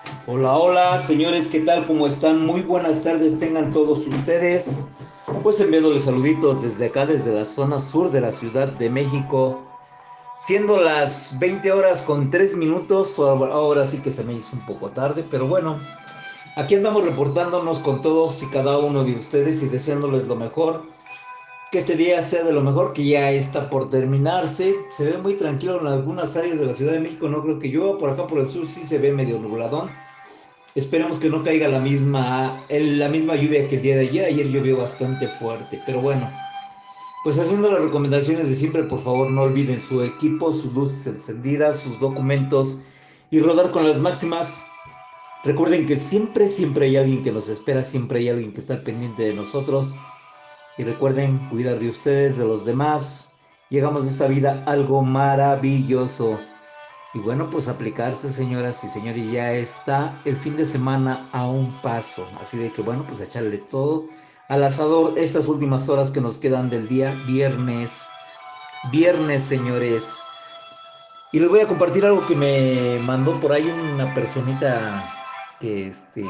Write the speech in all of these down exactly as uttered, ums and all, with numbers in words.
Hola, hola, señores, ¿qué tal? ¿Cómo están? Muy buenas tardes tengan todos ustedes. Pues enviándoles saluditos desde acá, desde la zona sur de la Ciudad de México. Siendo las veinte horas con tres minutos, ahora sí que se me hizo un poco tarde, pero bueno, aquí andamos reportándonos con todos y cada uno de ustedes y deseándoles lo mejor. Que este día sea de lo mejor, que ya está por terminarse. Se ve muy tranquilo en algunas áreas de la Ciudad de México, no creo que llueva. Por acá por el sur sí se ve medio nubladón. Esperemos que no caiga la misma, el- la misma lluvia que el día de ayer. Ayer llovió bastante fuerte, pero bueno, pues haciendo las recomendaciones de siempre, por favor no olviden su equipo, sus luces encendidas, sus documentos y rodar con las máximas. Recuerden que siempre, siempre hay alguien que nos espera, siempre hay alguien que está pendiente de nosotros. Y recuerden cuidar de ustedes, de los demás. Llegamos a esta vida algo maravilloso. Y bueno, pues aplicarse, señoras y señores, ya está el fin de semana a un paso. Así de que bueno, pues echarle todo al asador estas últimas horas que nos quedan del día viernes. Viernes, señores. Y les voy a compartir algo que me mandó por ahí una personita que este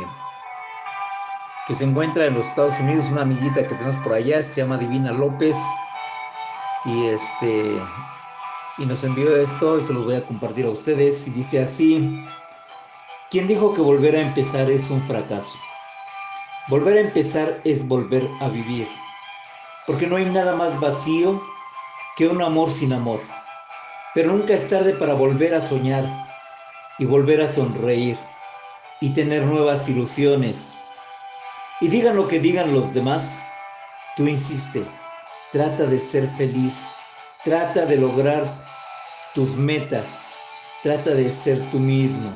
que se encuentra en los Estados Unidos, una amiguita que tenemos por allá, que se llama Divina López. Y este y nos envió esto y se los voy a compartir a ustedes. Y dice así: ¿quién dijo que volver a empezar es un fracaso? Volver a empezar es volver a vivir, porque no hay nada más vacío que un amor sin amor. Pero nunca es tarde para volver a soñar y volver a sonreír y tener nuevas ilusiones. Y digan lo que digan los demás, tú insiste, trata de ser feliz, trata de lograr tus metas, trata de ser tú mismo.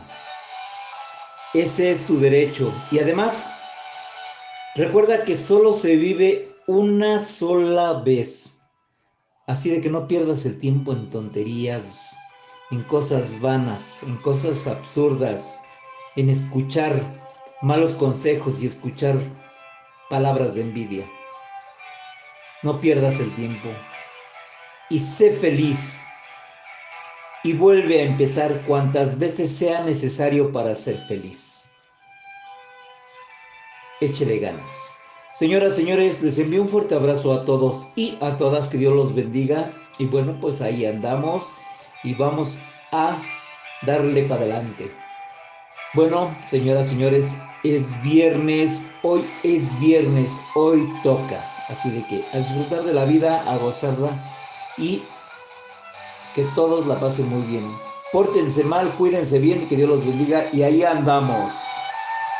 Ese es tu derecho. Y además, recuerda que solo se vive una sola vez. Así de que no pierdas el tiempo en tonterías, en cosas vanas, en cosas absurdas, en escuchar malos consejos y escuchar palabras de envidia. No pierdas el tiempo y sé feliz y vuelve a empezar cuantas veces sea necesario para ser feliz. Échele ganas. Señoras, señores, les envío un fuerte abrazo a todos y a todas, que Dios los bendiga. Y bueno, pues ahí andamos y vamos a darle para adelante. Bueno, señoras, señores, es viernes, hoy es viernes, hoy toca. Así de que a disfrutar de la vida, a gozarla y que todos la pasen muy bien. Pórtense mal, cuídense bien, que Dios los bendiga y ahí andamos.